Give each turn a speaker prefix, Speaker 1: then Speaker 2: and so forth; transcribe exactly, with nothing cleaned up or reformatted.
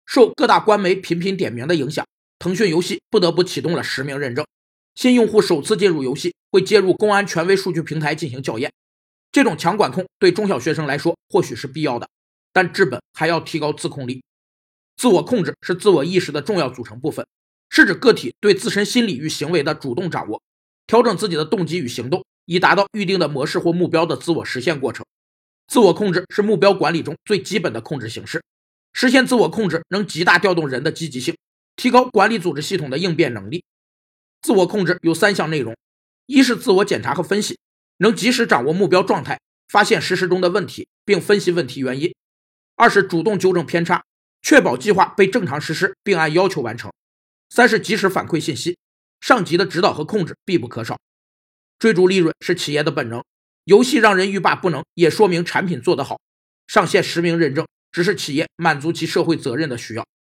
Speaker 1: 受各大官媒频频点名的影响，腾讯游戏不得不启动了实名认证。新用户首次进入游戏会接入公安权威数据平台进行校验。这种强管控对中小学生来说或许是必要的，但治本还要提高自控力。自我控制是自我意识的重要组成部分，是指个体对自身心理与行为的主动掌握，调整自己的动机与行动，以达到预定的模式或目标的自我实现过程。自我控制是目标管理中最基本的控制形式，实现自我控制能极大调动人的积极性，提高管理组织系统的应变能力。自我控制有三项内容：一是自我检查和分析，能及时掌握目标状态，发现实施中的问题，并分析问题原因；二是主动纠正偏差，确保计划被正常实施并按要求完成；三是及时反馈信息，上级的指导和控制必不可少。追逐利润是企业的本能，游戏让人欲罢不能，也说明产品做得好。上线实名认证只是企业满足其社会责任的需要。